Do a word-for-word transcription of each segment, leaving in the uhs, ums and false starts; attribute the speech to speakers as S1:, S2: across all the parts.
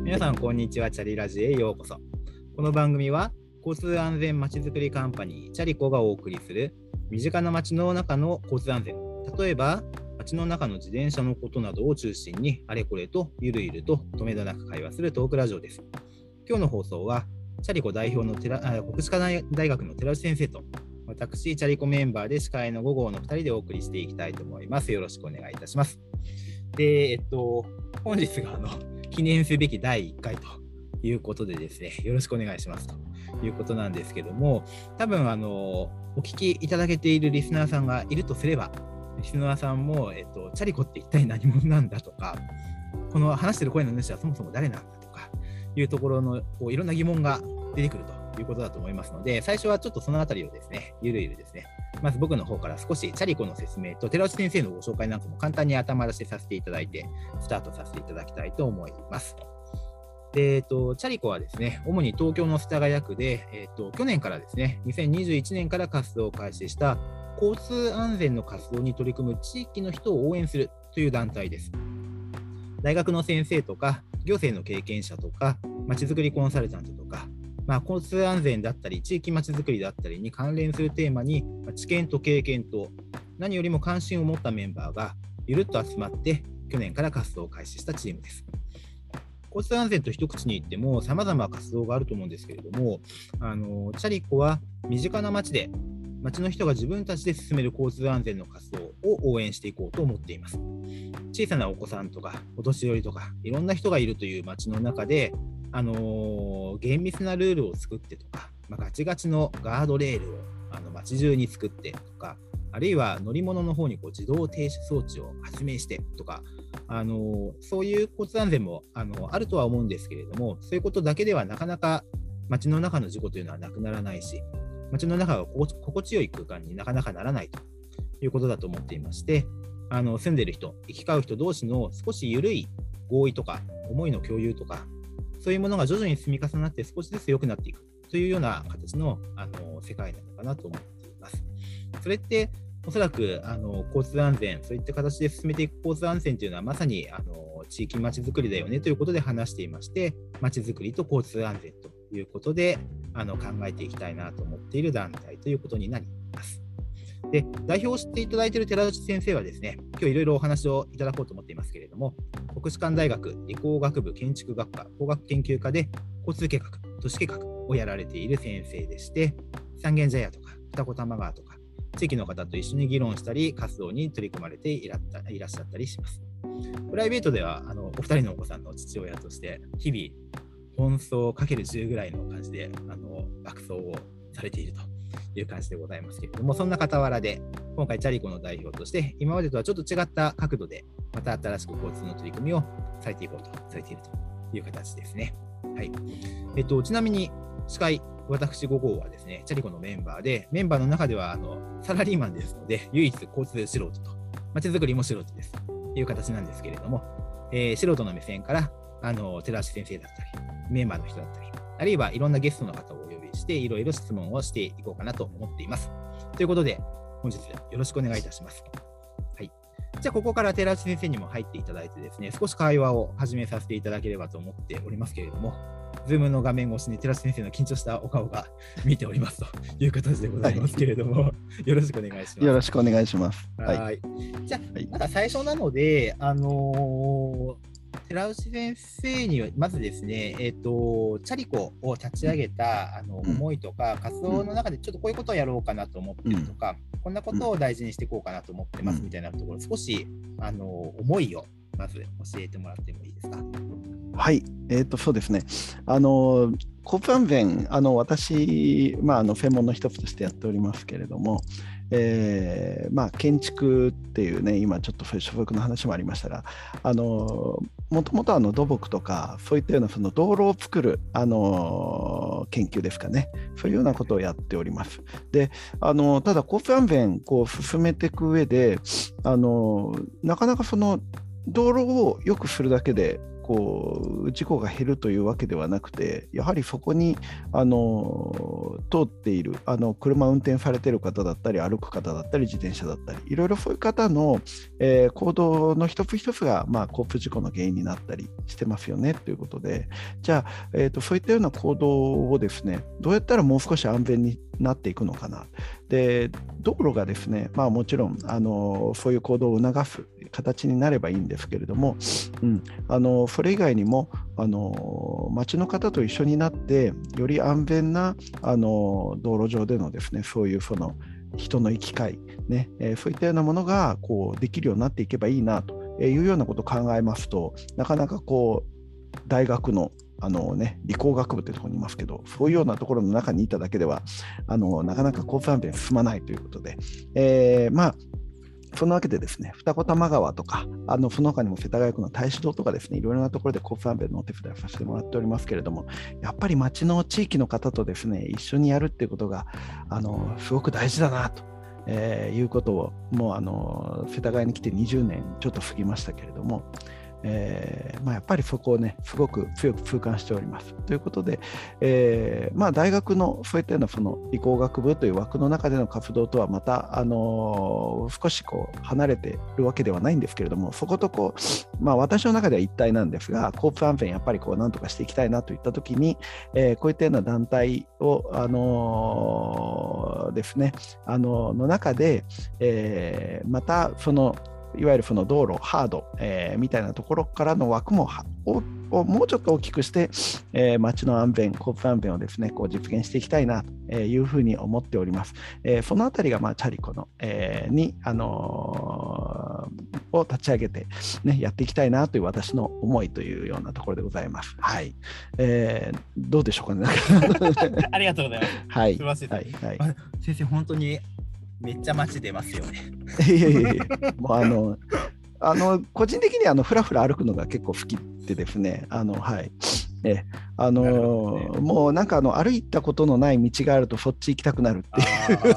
S1: 皆さんこんにちは。チャリラジへようこそ。この番組は交通安全まちづくりカンパニーチャリコがお送りする身近な街の中の交通安全、例えば街の中の自転車のことなどを中心にあれこれとゆるゆると止めどなく会話するトークラジオです。今日の放送はチャリコ代表の寺国士舘大学の寺内先生と私チャリコメンバーで司会のご号のふたりでお送りしていきたいと思います。よろしくお願いいたします。で、えっと本日があの記念すべきだいいっかいということでですね、よろしくお願いしますということなんですけども、多分あのお聞きいただけているリスナーさんがいるとすれば、リスナーさんも、えっと、チャリコって一体何者なんだとか、この話してる声の主はそもそも誰なんだとかいうところのこういろんな疑問が出てくるということだと思いますので、最初はちょっとそのあたりをですね、ゆるゆるですね、まず僕の方から少しチャリコの説明と寺内先生のご紹介なんかも簡単に頭出しさせていただいて、スタートさせていただきたいと思います。で、えっと、チャリコはですね、主に東京の世田谷区で、えっと、去年からですね、にせんにじゅういちねんから活動を開始した交通安全の活動に取り組む地域の人を応援するという団体です。大学の先生とか、行政の経験者とか、まちづくりコンサルタントとか、まあ、交通安全だったり、地域まちづくりだったりに関連するテーマに、知見と経験と、何よりも関心を持ったメンバーがゆるっと集まって、去年から活動を開始したチームです。交通安全と一口に言っても、様々な活動があると思うんですけれども、あのチャリコは身近な街で、街の人が自分たちで進める交通安全の活動を応援していこうと思っています。小さなお子さんとか、お年寄りとか、いろんな人がいるという街の中で、あのー、厳密なルールを作ってとか、まあ、ガチガチのガードレールをあの街中に作ってとか、あるいは乗り物の方にこう自動停止装置を発明してとか、あのー、そういう交通安全もあのあるとは思うんですけれども、そういうことだけではなかなか街の中の事故というのはなくならないし、街の中が心地よい空間になかなかならないということだと思っていまして、あの住んでいる人、行き交う人同士の少し緩い合意とか思いの共有とか、そういうものが徐々に積み重なって少しずつ良くなっていくというような形の、あの世界なのかなと思っています。それっておそらくあの交通安全、そういった形で進めていく交通安全というのはまさにあの地域まちづくりだよねということで話していまして、まちづくりと交通安全ということであの考えていきたいなと思っている団体ということになります。で、代表をしていただいている寺内先生はですね、今日いろいろお話をいただこうと思っていますけれども、国士舘大学理工学部建築学科工学研究科で交通計画、都市計画をやられている先生でして、三軒茶屋とか二子玉川とか地域の方と一緒に議論したり活動に取り組まれていらったいらっしゃったりします。プライベートではあのお二人のお子さんの父親として日々奔走かけるじゅうぐらいの感じであの爆走をされているという感じでございますけれども、そんな傍らで今回チャリコの代表として今までとはちょっと違った角度でまた新しく交通の取り組みをされていこうとされているという形ですね。はい。えっとちなみに司会私ご号はですね、チャリコのメンバーで、メンバーの中ではあのサラリーマンですので、唯一交通素人と、まちづくりも素人ですという形なんですけれども、えー、素人の目線からあの寺内先生だったり、メンバーの人だったり、あるいはいろんなゲストの方をお呼びして、いろいろ質問をしていこうかなと思っています。ということで、本日よろしくお願いいたします。はい。じゃあ、ここから寺内先生にも入っていただいてですね、少し会話を始めさせていただければと思っておりますけれども、ズームの画面越しに寺内先生の緊張したお顔が見ておりますという形でございますけれども、はい、よろしくお願いします。
S2: よろしくお願いします。
S1: はい。はい、じゃあ、はい、まだ最初なので、あのー、寺内先生にはまずですね、えーと、チャリコを立ち上げたあの思いとか、活動の中でちょっとこういうことをやろうかなと思ってるとか、うん、こんなことを大事にしていこうかなと思ってますみたいなところ、少しあの思いをまず教えてもらってもいいですか。
S2: はい、えーと、そうですね。あの交通安全、あの私、まあ、あの専門の一つとしてやっておりますけれども、えーまあ、建築っていうね、今ちょっとそういう所属の話もありましたが、あのもともとあの土木とかそういったようなその道路を作るあの研究ですかね、そういうようなことをやっております。で、あのただ交通安全こう進めていく上で、あのなかなかその道路を良くするだけでこう事故が減るというわけではなくて、やはりそこにあの通っているあの車を運転されている方だったり、歩く方だったり、自転車だったり、いろいろそういう方の、えー、行動の一つ一つが、まあ、交通事故の原因になったりしてますよねということで、じゃあ、えーと、そういったような行動をですね、どうやったらもう少し安全になっていくのかな。で、道路がですね、まあ、もちろんあのそういう行動を促す形になればいいんですけれども、うん、あのそれ以外にもあの町の方と一緒になってより安全なあの道路上でのですね、そういうその人の行き交い、ねえー、そういったようなものがこうできるようになっていけばいいなというようなことを考えますと、なかなかこう大学のあのね、理工学部というところにいますけど、そういうようなところの中にいただけではあのなかなか交通安全進まないということで、えー、まあそのわけでですね、二子玉川とか、あのその他にも世田谷区の太子堂とかですね、いろいろなところで交通安全のお手伝いをさせてもらっておりますけれども、やっぱり町の地域の方とですね、一緒にやるっていうことがあのすごく大事だなと、えー、いうことを、もうあの世田谷に来てにじゅうねんちょっと過ぎましたけれども、えーまあ、やっぱりそこをね、すごく強く痛感しております。ということで、えーまあ、大学のそういったようなその理工学部という枠の中での活動とはまた、あのー、少しこう離れているわけではないんですけれども、そことこう、まあ、私の中では一体なんですが、交通安全やっぱりこう何とかしていきたいなといったときに、えー、こういったような団体を、あのー、ですね、あのー、の中で、えー、またそのいわゆるその道路、ハード、えー、みたいなところからの枠もををもうちょっと大きくして、えー、街の安全、交通安全をですね、こう実現していきたいなというふうに思っております。えー、そのあたりが、まあ、チャリコの、えー、に、あのー、を立ち上げて、ね、やっていきたいなという私の思いというようなところでございます。はい。えー、どうでしょうかね。
S1: ありがとうございます。
S2: はい。
S1: 素晴らしいです。はいはい、先生、本当にめっちゃ街出ますよね。
S2: いやいやいや、もうあの、あの個人的にはあのふらふら歩くのが結構好きでですね、あのはい、えあのーね、もうなんかあの歩いたことのない道があるとそっち行きたくなるっていう。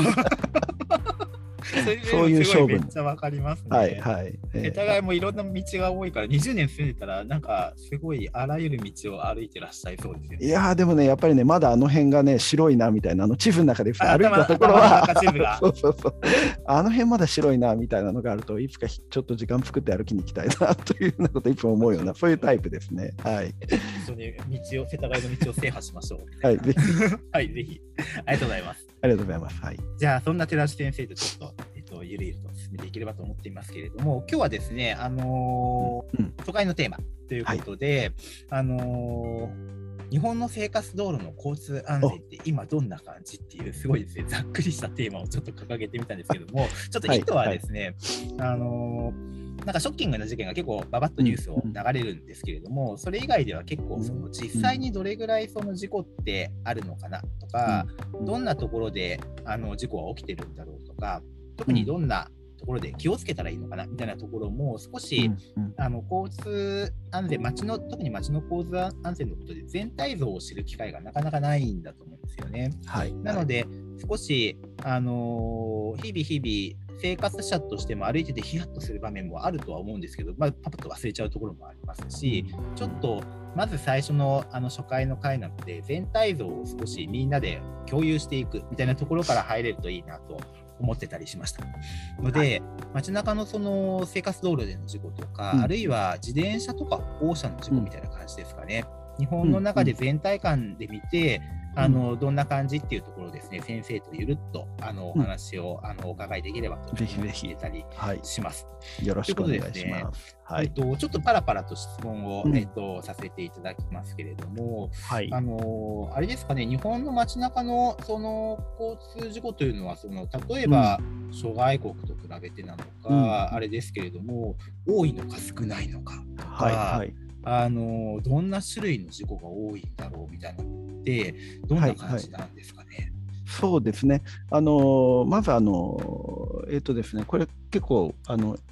S2: そういう勝負。
S1: めっちゃわかりますね。
S2: はいはい。
S1: 世田谷もいろんな道が多いから、にじゅうねん住んでたら、なんかすごいあらゆる道を歩いてらっしゃいそうですよね。
S2: いやーでもね、やっぱりね、まだあの辺がね、白いなみたいな、あの地図の中で歩いたところは、そうそうそう、あの辺まだ白いなみたいなのがあると、いつかちょっと時間作って歩きに行きたいなというようなことをいつも思うような、そういうタイプですね。はい。
S1: 一緒に道を、世田谷の道を制覇しましょう。
S2: はい、ぜひ。
S1: はい、ぜひ。ありがとうございます。
S2: ありがとうございます。はい。
S1: じゃあ、そんな寺師先生とちょっと、ゆるゆると進めていければと思っていますけれども、今日はですね、あのーうん、初回のテーマということで、はい、あのー、日本の生活道路の交通安全って今どんな感じっていうすごいですね、ざっくりしたテーマをちょっと掲げてみたんですけども、ちょっと意図はですね、はいはい、あのー、なんかショッキングな事件が結構ババッとニュースを流れるんですけれども、うん、それ以外では結構その実際にどれぐらいその事故ってあるのかなとか、うん、どんなところであの事故は起きてるんだろうとか、特にどんなところで気をつけたらいいのかなみたいなところも少し、うんうん、あの交通安全、街の特に街の交通安全のことで全体像を知る機会がなかなかないんだと思うんですよね。はい、なので、少し、あのー、日々日々生活者としても歩いててヒヤッとする場面もあるとは思うんですけど、まあ、パパッと忘れちゃうところもありますし、ちょっとまず最初のあの初回の回なので全体像を少しみんなで共有していくみたいなところから入れるといいなと思ってたりしましたので、はい、街中のその生活道路での事故とか、うん、あるいは自転車とか歩行者の事故みたいな感じですかね、うん、日本の中で全体感で見て、うん、あのどんな感じっていうところをですね、先生とゆるっとあのお話を、うん、あのお伺いできればと思ってたりします。
S2: はい、よろしくお願いします。
S1: はい、えっと、ちょっとパラパラと質問を、うん、えっと、させていただきますけれども、はい、あのあれですかね、日本の街中のその交通事故というのはその例えば、うん、諸外国と比べてなのか、うん、あれですけれども多いのか少ないのかとか、はいはい、あのどんな種類の事故が多いんだろうみたいなのってどんな感じなんですかね。はいはい、
S2: そうですね。あのまずあのえっとですね、これ結構あの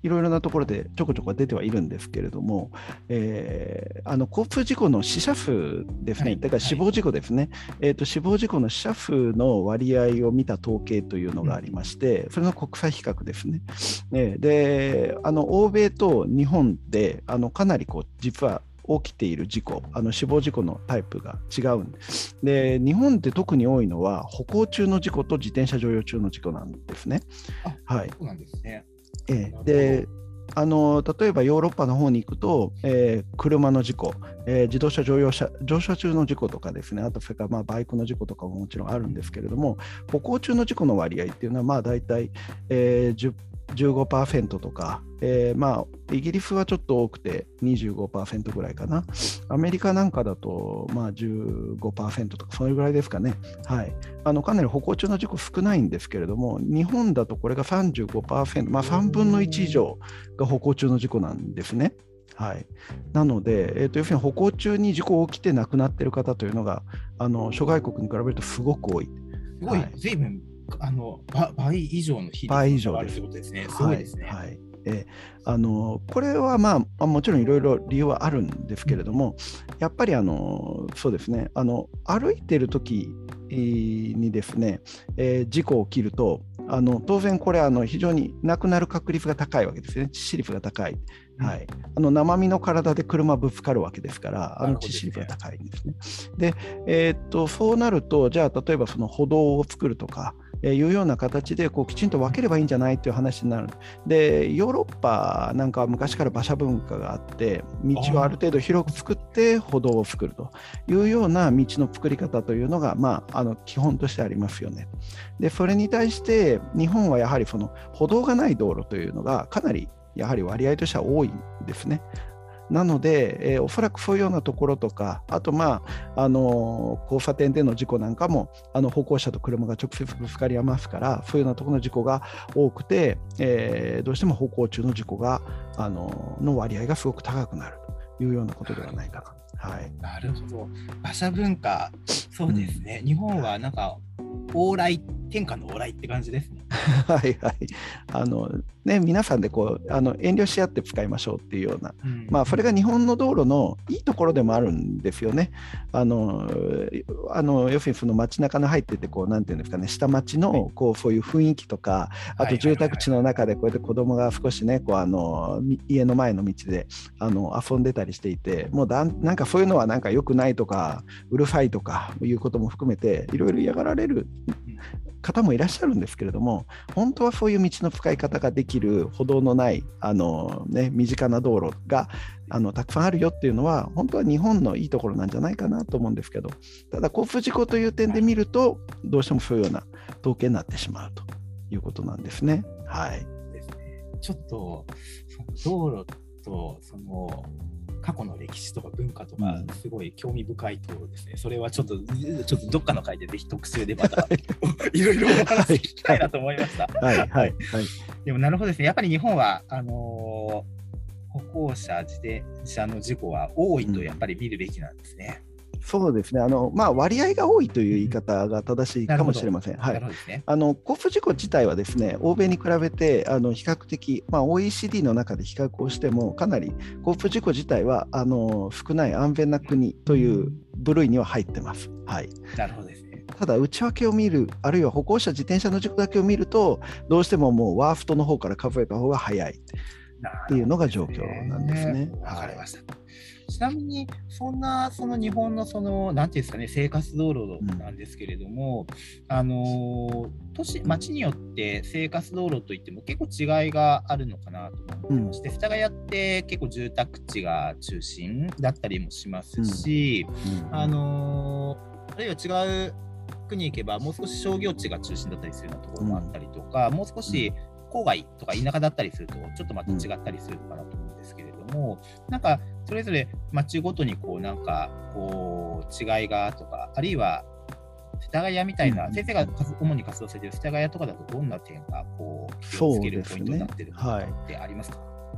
S2: いろいろなところでちょこちょこ出てはいるんですけれども、えー、あの交通事故の死者数ですね、
S1: はい、
S2: だから死亡事故ですね、はい、えーと、死亡事故の死者数の割合を見た統計というのがありまして、うん、それの国際比較ですね。ねであの欧米と日本であのかなりこう実は起きている事故、あの死亡事故のタイプが違うんですで、日本で特に多いのは歩行中の事故と自転車乗用中の事故なんですね。
S1: あ、はい、そうなんですね。
S2: えー、であの例えばヨーロッパの方に行くと、えー、車の事故、えー、自動車乗用車乗車中の事故とかですね、あとそれからまあバイクの事故とかももちろんあるんですけれども、歩行中の事故の割合っていうのはまあ大体、えー、じゅうじゅうごパーセント とか、えー、まあイギリスはちょっと多くて にじゅうごパーセント ぐらいかな。アメリカなんかだとまあ じゅうごパーセント とかそれぐらいですかね。はい。あのかなり歩行中の事故少ないんですけれども、日本だとこれが さんじゅうごパーセント、まあさんぶんのいち以上が歩行中の事故なんですね。はい、なので、えーと、要するに歩行中に事故起きて亡くなっている方というのがあの諸外国に比べるとすごく多い。
S1: すごい、はい、随分あの倍以上の比率があるということですね。すごいですね。
S2: はいはい、えあのこれは、まあ、もちろんいろいろ理由はあるんですけれども、やっぱりあのそうですね、あの歩いている時にですね、えー、事故起きるとあの当然これあの非常に亡くなる確率が高いわけですね。致死率が高い。はい、あの生身の体で車ぶつかるわけですから、あの致死率が高いんですね。で、えー、っとそうなると、じゃあ例えばその歩道を作るとかいうような形でこうきちんと分ければいいんじゃないという話になる。で、ヨーロッパなんかは昔から馬車文化があって、道をある程度広く作って歩道を作るというような道の作り方というのが、まあ、あの基本としてありますよね。で、それに対して日本はやはりその歩道がない道路というのがかなりやはり割合としては多いんですね。なので、えー、おそらくそういうようなところとか、あと、まああのー、交差点での事故なんかもあの歩行者と車が直接ぶつかりますから、そういうようなところの事故が多くて、えー、どうしても歩行中の事故が、あのー、の割合がすごく高くなるというようなことではないかな。はい、
S1: なるほど。馬車文化、そうですね。うん、日本はなんか往来、天下の往来って感じですね。
S2: はいはい。あのね、皆さんでこうあの遠慮し合って使いましょうっていうような、うん、まあそれが日本の道路のいいところでもあるんですよね。あのあの要するにその街中に入っててこうなんていうんですかね、下町のこうそういう雰囲気とか、あと住宅地の中でこうやって子供が少しねこうあの家の前の道であの遊んでたりしていて、もうだんなんかそういうのはなんか良くないとかうるさいとかいうことも含めていろいろ嫌がられる方もいらっしゃるんですけれども、本当はそういう道の使い方ができる歩道のないあの、ね、身近な道路があのたくさんあるよっていうのは本当は日本のいいところなんじゃないかなと思うんですけど、ただ交通事故という点で見るとどうしてもそういうような統計になってしまうということなんですね。はい、
S1: ですね。ちょっと道路とその過去の歴史とか文化とかすごい興味深いところですね。うん、それはちょっとちょっとどっかの回でぜひ特集でまたいろいろお話聞きたいなと思いました。
S2: はいはいはい。
S1: でもなるほどですね。やっぱり日本はあのー、歩行者自転車の事故は多いとやっぱり見るべきなんですね。うん
S2: そうですね、あのまあ、割合が多いという言い方が正しいかもしれません。はい、あの交通事故自体はですね、欧米に比べてあの比較的、まあ、オーイーシーディー の中で比較をしても、かなり交通事故自体はあの少ない安全な国という部類には入ってます。はい、
S1: なるほどですね。
S2: ただ、内訳を見る、あるいは歩行者、自転車の事故だけを見ると、どうしてももうワーストの方から数えた方が早いっていうのが状況なんですね。
S1: わかりました。ちなみに、そんなその日本のそのなんていうんですかね、生活道路なんですけれども、うん、あの都市町によって生活道路といっても結構違いがあるのかなと思ってまして、うん、世田谷って結構住宅地が中心だったりもしますし、うんうん、あのあるいは違う国に行けばもう少し商業地が中心だったりするようなところもあったりとか、もう少し郊外とか田舎だったりするとちょっとまた違ったりするのかなと思うんですけれども、なんかそれぞれ町ごとにこうなんかこう違いがとか、あるいは世田谷みたいな、うん、先生が主に活動されている世田谷とかだとどんな点がこう気をつけるポイントになっているのかってありますか？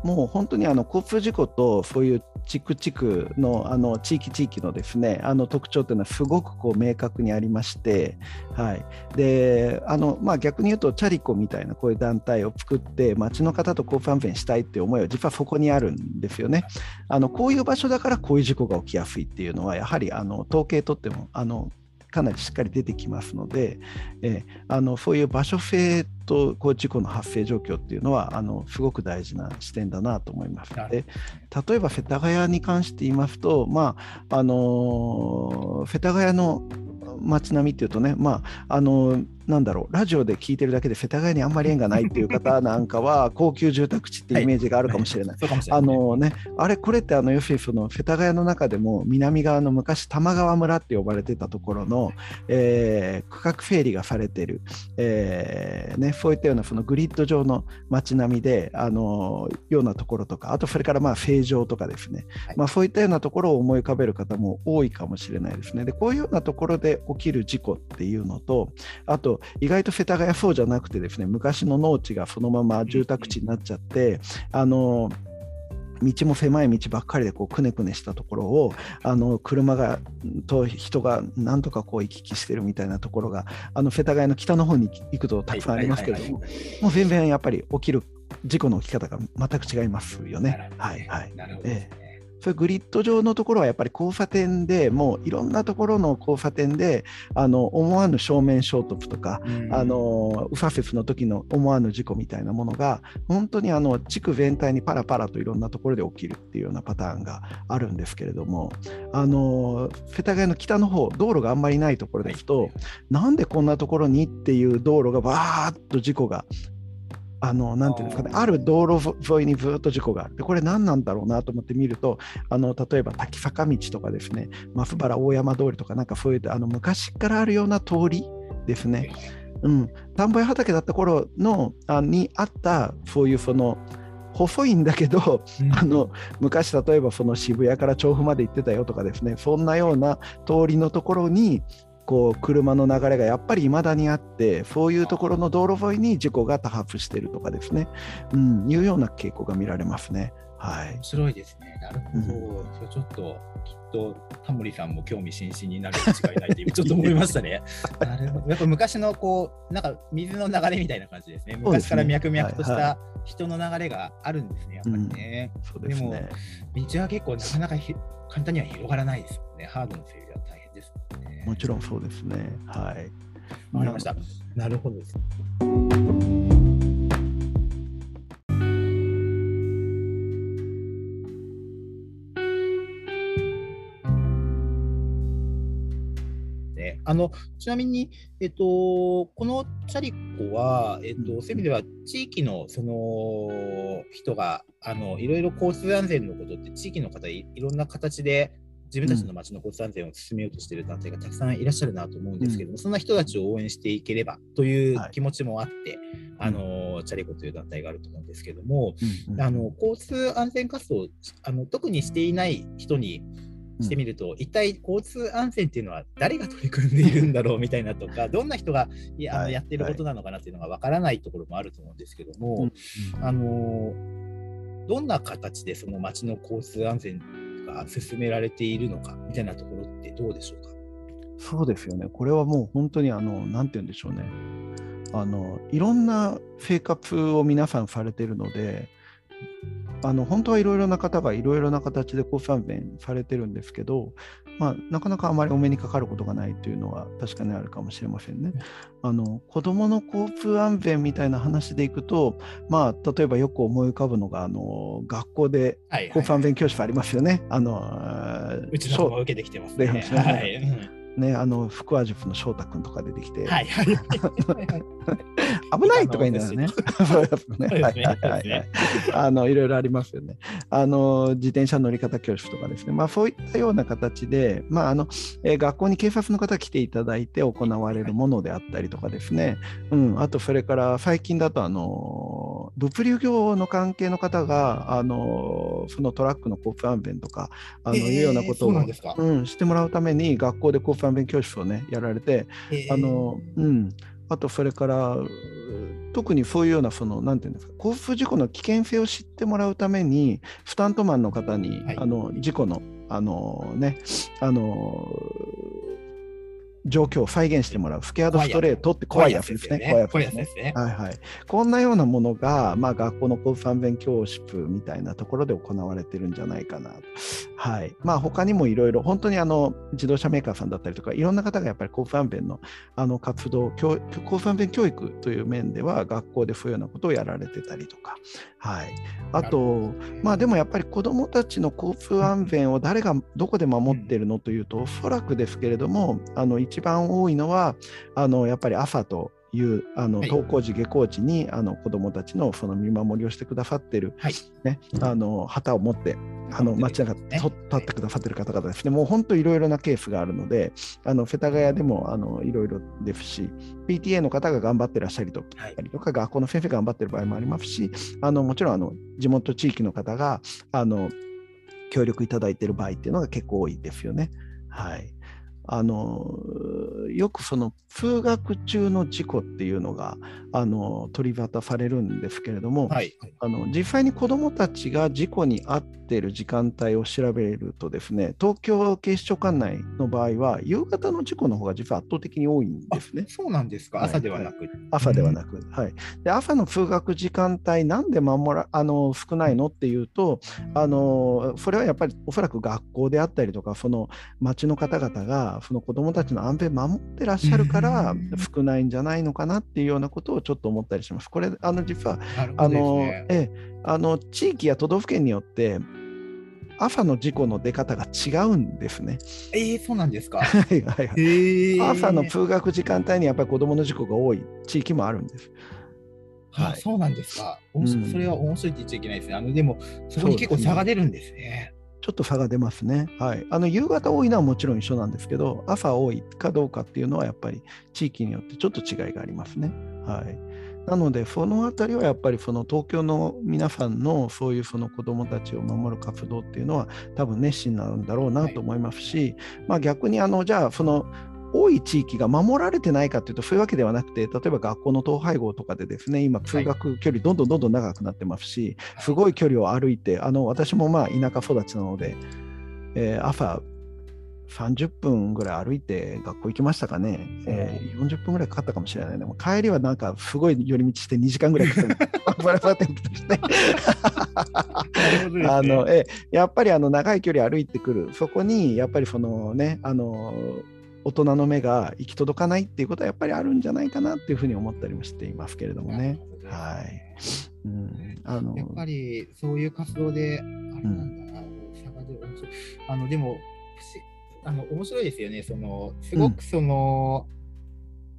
S2: もう本当にあの交通事故とそういう地区地区の、あの地域地域のですね、あの特徴というのはすごくこう明確にありまして、はい、であのまあ、逆に言うとチャリコみたいなこういう団体を作って街の方と交通安全したいっていう思いは実はそこにあるんですよね。あのこういう場所だからこういう事故が起きやすいっていうのはやはりあの統計とってもあのかなりしっかり出てきますので、えー、あのそういう場所性とこう事故の発生状況っていうのはあのすごく大事な視点だなと思います。で、例えば世田谷に関して言いますと、まああのー、世田谷の街並みっていうとね、まああのーなんだろう、ラジオで聞いてるだけで世田谷にあんまり縁がないっていう方なんかは高級住宅地っていうイメージがあるかもしれない。あのね、あれこれってあの要するにその世田谷の中でも南側の昔玉川村って呼ばれてたところの、えー、区画整理がされてる、えーね、そういったようなそのグリッド上の街並みであのようなところとか、あとそれからまあ成城とかですね、はい、まあ、そういったようなところを思い浮かべる方も多いかもしれないですね。でこういうようなところで起きる事故っていうのと、あと意外と世田谷そうじゃなくてですね、昔の農地がそのまま住宅地になっちゃって、あの道も狭い道ばっかりでこうくねくねしたところをあの車がと人がなんとかこう行き来してるみたいなところがあの世田谷の北の方に行くとたくさんありますけれども、もう全然やっぱり起きる事故の起き方が全く違いますよね。はいはい。なるほどですね。ええ、そういうグリッド上のところはやっぱり交差点でもういろんなところの交差点であの思わぬ正面衝突とか、あの右左折の時の思わぬ事故みたいなものが本当にあの地区全体にパラパラといろんなところで起きるっていうようなパターンがあるんですけれども、あの世田谷の北の方、道路があんまりないところですと、はい、なんでこんなところにっていう道路がバーッと事故があのなんていうんですかね、ある道路沿いにずっと事故がある。でこれ何なんだろうなと思って見ると、あの例えば滝坂道とかですね、松原大山通りとか、なんかそういうあの昔からあるような通りですね、うん、田んぼや畑だった頃のあにあったそういうその細いんだけど、うん、あの昔例えばその渋谷から調布まで行ってたよとかですね、そんなような通りのところにこう車の流れがやっぱり未だにあって、そういうところの道路沿いに事故が多発しているとかですね、うん、いうような傾向が見られますね。はい、
S1: 面白いですね。なるほど。うん、それちょっときっとタモリさんも興味津々になるに違いないってちょっと思いましたね。なるほど。やっぱ昔のこうなんか水の流れみたいな感じですね。昔から脈々とした人の流れがあるんですね。やっぱりね。うん、そうですね。でも道は結構なかなかひ簡単には広がらないですよね。ハードの整備は大変ですね。
S2: もちろんそうですね。はい。
S1: わかりました。なるほどです。あのちなみに、えっと、このチャリコは、えっと、そういう意味では地域のその人があのいろいろ交通安全のことって地域の方 い, いろんな形で自分たちの街の交通安全を進めようとしている団体がたくさんいらっしゃるなと思うんですけども、うん、そんな人たちを応援していければという気持ちもあって、はい、あのチャリコという団体があると思うんですけども、うんうん、あの交通安全活動をあの特にしていない人にしてみると、うん、一体交通安全っていうのは誰が取り組んでいるんだろうみたいなとかどんな人がや、あのやっていることなのかなっていうのがわからないところもあると思うんですけども、うんうん、あのどんな形でその街の交通安全が進められているのかみたいなところってどうでしょうか。
S2: そうですよね。これはもう本当にあのなんて言うんでしょうね。あのいろんな生活を皆さんされているので、あの本当はいろいろな方がいろいろな形で交通安全されてるんですけど、まあ、なかなかあまりお目にかかることがないというのは確かにあるかもしれませんね。あの子どもの交通安全みたいな話でいくと、まあ、例えばよく思い浮かぶのがあの学校で交通安全教室ありますよね。あの
S1: うちの子も受けてきてますね。はい
S2: ね、あの腹話術の翔太君とか出てきて、
S1: はいはい、
S2: 危ないとか言うんだよね。あのいろいろありますよね。あの自転車乗り方教室とかですね。まあそういったような形で、まああのえー、学校に警察の方来ていただいて行われるものであったりとかですね。うん、あとそれから最近だとあの物流業の関係の方があのそのトラックの交通安全とかあの、えー、いうようなことを、うん、してもらうために学校で交通安全教室をねやられて、えー、あのうんあとそれから特にそういうようなそのなんていうんですか、交通事故の危険性を知ってもらうためにスタントマンの方に、はい、あの事故のあのねあの状況を再現してもらうスケアードストレートって怖いやつですね。怖いやつですね。はいはい。こんなようなものが、まあ、学校の交通安全教室みたいなところで行われてるんじゃないかなと。はい。まあ他にもいろいろ本当にあの自動車メーカーさんだったりとかいろんな方がやっぱり交通安全のあの活動、交通安全教育という面では学校でそういうようなことをやられてたりとか。はい。あとまあでもやっぱり子どもたちの交通安全を誰がどこで守っているのというと、おそらくですけれどもあの一番多いのはあのやっぱり朝というあの登校時下校時にあの子どもたちのその見守りをしてくださっている、はいね、あの旗を持ってあの街中に立ってくださっている方々ですね。もう本当いろいろなケースがあるので、あの世田谷でもあのいろいろですし、ピーティーエー の方が頑張ってらっしゃるとか、はい、とか学校の先生が頑張っている場合もありますし、あのもちろんあの地元地域の方があの協力いただいている場合っていうのが結構多いですよね。はい。あのよくその通学中の事故っていうのがあの取り沙汰されるんですけれども、はい、あの実際に子どもたちが事故に遭っている時間帯を調べるとですね、東京警視庁管内の場合は夕方の事故の方が実は圧倒的に多いんですね。
S1: そうなんですか。朝ではなく、はい、
S2: 朝ではなく、はい、で朝の通学時間帯なんで守らあの少ないのっていうと、あのそれはやっぱりおそらく学校であったりとかその町の方々がその子どもたちの安全を守ってらっしゃるから少ないんじゃないのかなっていうようなことをちょっと思ったりします。これあの実は、ね、あのえあの地域や都道府県によって朝の事故の出方が違うんですね。
S1: えー、そうなんですか。
S2: はいはいはい。朝の通学時間帯にやっぱり子どもの事故が多い地域もあるんです。
S1: はい、あ、そうなんですか。うん、それは面白いって言っちゃいけないですね。あのでもそこに結構差が出るんですね。
S2: ちょっと差が出ますね。はい、あの夕方多いのはもちろん一緒なんですけど、朝多いかどうかっていうのはやっぱり地域によってちょっと違いがありますね。はい、なのでそのあたりはやっぱりその東京の皆さんのそういうその子どもたちを守る活動っていうのは多分熱心なんだろうなと思いますし、はい、まあ、逆にあのじゃあその多い地域が守られてないかというとそういうわけではなくて、例えば学校の統廃合とかでですね、今通学距離どんどんどんどん長くなってますし、すごい距離を歩いて、あの私もまあ田舎育ちなので、えー、朝さんじゅっぷんぐらい歩いて学校行きましたかね、えー、よんじゅっぷんぐらいかかったかもしれないね。もう帰りはなんかすごい寄り道してにじかんぐらいかかってバラバラってしてあのえやっぱりあの長い距離歩いてくる、そこにやっぱりそのねあの大人の目が行き届かないっていうことはやっぱりあるんじゃないかなっていうふうに思ったりもしていますけれどもね。はい。うん、あの
S1: やっぱりそういう活動であれなんだな、うん、差が出る。あのでもあの面白いですよね。そのすごくその、うん、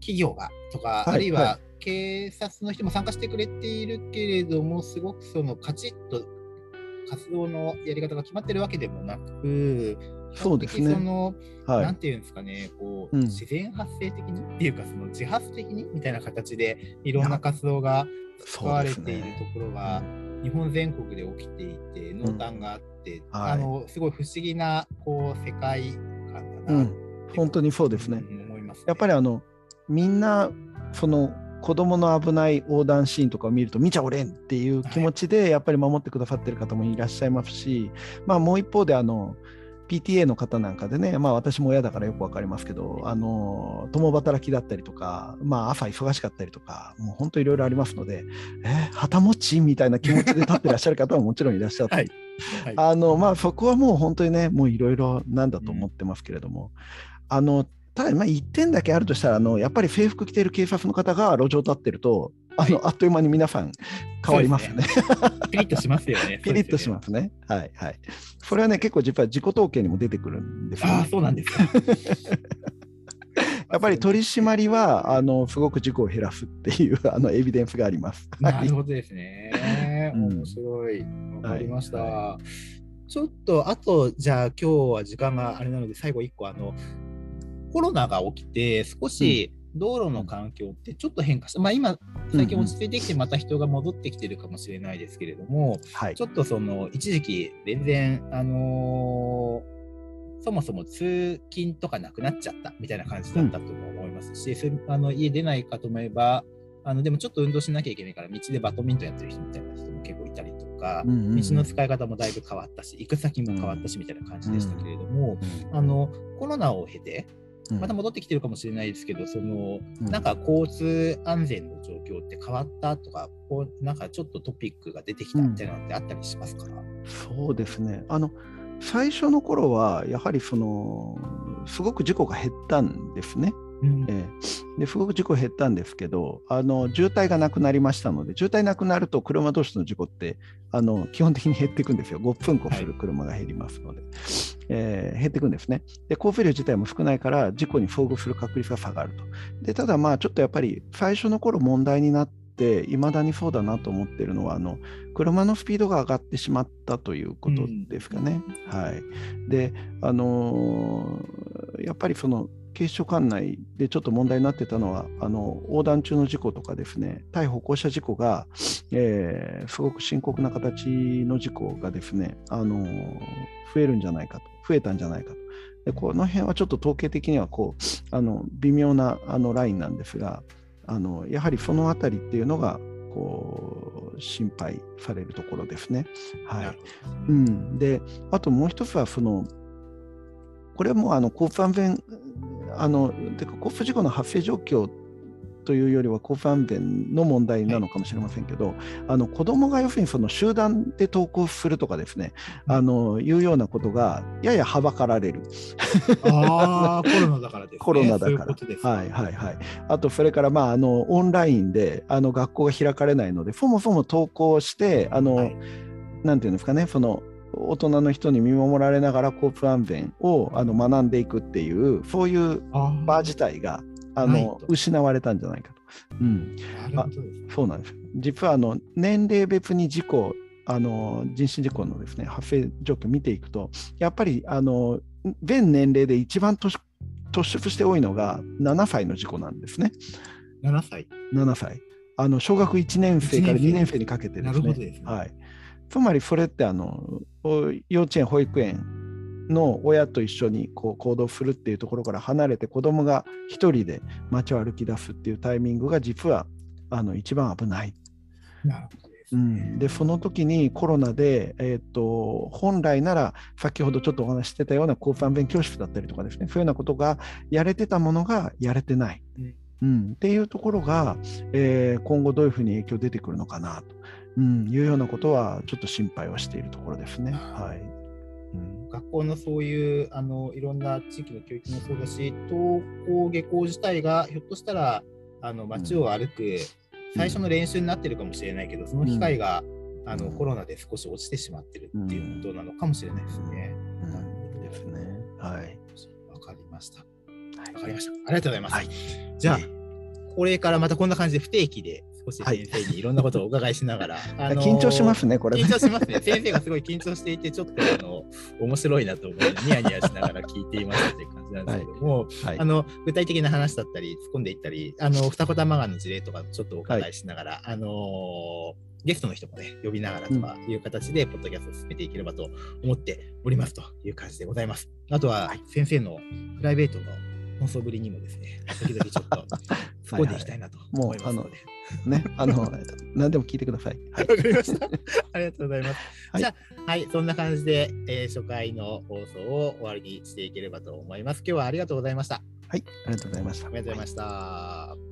S1: 企業がとか、はい、あるいは警察の人も参加してくれているけれども、すごくそのカチッと活動のやり方が決まってるわけでもなく、
S2: そうですね。
S1: その、
S2: はい、
S1: なんていうんですかね、こう、うん、自然発生的にっていうか、その自発的にみたいな形でいろんな活動が使われているところが、日本全国で起きていて、濃淡があって、うん、はい、あのすごい不思議なこう世界観だな、うん、
S2: 本当にそうですね。
S1: 思いますね。
S2: やっぱりあのみんなその子どもの危ない横断シーンとかを見ると見ちゃおれんっていう気持ちでやっぱり守ってくださってる方もいらっしゃいますし、まあ、もう一方であの ピーティーエー の方なんかでね、まあ、私も親だからよく分かりますけど、あの共働きだったりとか、まあ、朝忙しかったりとか、もう本当いろいろありますので、えー、旗持ちみたいな気持ちで立ってらっしゃる方ももちろんいらっしゃって、はいはい、あのまあ、そこはもう本当にね、もういろいろなんだと思ってますけれども、うん、あのただまあいってんだけあるとしたら、あのやっぱり制服着ている警察の方が路上立ってると、あの、はい、あっという間に皆さん変わりますよね。
S1: ピリッとしますよね。
S2: ピリッとしますね。はいはい。それはね、結構実は自己統計にも出てくるんですよね。
S1: ああ、そうなんですか。
S2: やっぱり取り締まりはあのすごく事故を減らすっていうあのエビデンスがあります。
S1: なるほどですね。面白い。わかりました。はい、ちょっとあとじゃあ今日は時間があれなので最後いっこ、あのコロナが起きて少し道路の環境ってちょっと変化した、うん、まあ、今最近落ち着いてきてまた人が戻ってきてるかもしれないですけれども、うんうん、ちょっとその一時期全然あのー、 そもそも通勤とかなくなっちゃったみたいな感じだったとも思いますし、うん、あの家出ないかと思えばあのでもちょっと運動しなきゃいけないから道でバドミントンやってる人みたいな人も結構いたりとか、うんうんうん、道の使い方もだいぶ変わったし行く先も変わったしみたいな感じでしたけれども、うんうん、あのコロナを経てまた戻ってきてるかもしれないですけど、そのなんか交通安全の状況って変わったとか、こうなんかちょっとトピックが出てきたみたいなのってあったりしますか？
S2: うん、そうですね。あの最初の頃はやはりそのすごく事故が減ったんですね。うんえー、ですごく事故減ったんですけど、あの渋滞がなくなりましたので、渋滞なくなると車同士の事故ってあの基本的に減っていくんですよ。ごふんこする車が減りますので、はいえー、減っていくんですね。で、交付量自体も少ないから事故に遭遇する確率が下がると。で、ただまあちょっとやっぱり最初の頃問題になっていまだにそうだなと思っているのはあの車のスピードが上がってしまったということですかね。うん、はい。で、あのー、やっぱりその警視庁管内でちょっと問題になってたのはあの横断中の事故とかですね、対歩行者事故が、えー、すごく深刻な形の事故がですね、あのー、増えるんじゃないかと、増えたんじゃないかと。でこの辺はちょっと統計的にはこうあの微妙なあのラインなんですが、あのやはりそのあたりっていうのがこう心配されるところですね。はいうん、であともう一つはそのこれもあの交通安全あのてか交通事故の発生状況というよりは交通安全の問題なのかもしれませんけど、はい、あの子どもが要するにその集団で登校するとかですね、うん、あのいうようなことがややはばかられる。
S1: あコロナだからですね。
S2: コロナだから。
S1: そういうことですか。
S2: はいはいはい。あとそれからまああのオンラインであの学校が開かれないので、そもそも登校してあの、はい、なんていうんですかね、その大人の人に見守られながら交通安全をあの学んでいくっていうそういう場自体があの失われたんじゃないかと。うん、
S1: なるほどですね。
S2: そうなんです。実はあの年齢別に事故あの人身事故のですね発生状況を見ていくとやっぱりあの全年齢で一番突出して多いのがななさいの事故なんですね。
S1: ななさい。
S2: ななさい。あの小学いちねん生からにねん生にかけてですね。
S1: なるほどですね。
S2: はい。つまりそれってあの幼稚園保育園の親と一緒にこう行動するっていうところから離れて子どもが一人で街を歩き出すっていうタイミングが実はあの一番危ない。
S1: なるほどですね。うん、
S2: でその時にコロナで、えー、と本来なら先ほどちょっとお話ししてたような交通安全教室だったりとかですね、そういうようなことがやれてたものがやれてない、うんうん、っていうところが、えー、今後どういうふうに影響出てくるのかなと、うん、いうようなことはちょっと心配はしているところですね。はい
S1: うん、学校のそういうあのいろんな地域の教育もそうだし、登校下校自体がひょっとしたらあの街を歩く最初の練習になってるかもしれないけど、うん、その機会が、うん、あのコロナで少し落ちてしまってるっていうことなのかもしれないですね。
S2: うんうん、ですね。はい。
S1: わかりました。わかりました。ありがとうございます。はい、
S2: じゃあ、
S1: これからまたこんな感じで不定期で少し先生にいろんなことをお伺いしながら、
S2: はいあのー、緊張しますねこれね。
S1: 緊張しますね。先生がすごい緊張していてちょっとあの面白いなと思いニヤニヤしながら聞いていましたという感じなんですけども、はいはい、あの具体的な話だったり突っ込んでいったり、あの二子玉川の事例とかちょっとお伺いしながら、はい、あのー、ゲストの人もね呼びながらとかいう形でポッドキャストを進めていければと思っておりますという感じでございます。あとは先生のプライベートの放送ぶりにもですね、時々ちょっと突っ込んでいきたいなと思いますので。
S2: ね、あの、何でも聞いてください。
S1: わ、はい、かりました。ありがとうございます。はい、じゃあ、はい、そんな感じで、えー、初回の放送を終わりにしていければと思います。今日はありがとうございました。
S2: はい、ありがとうございました。
S1: ありがとうございました。はい。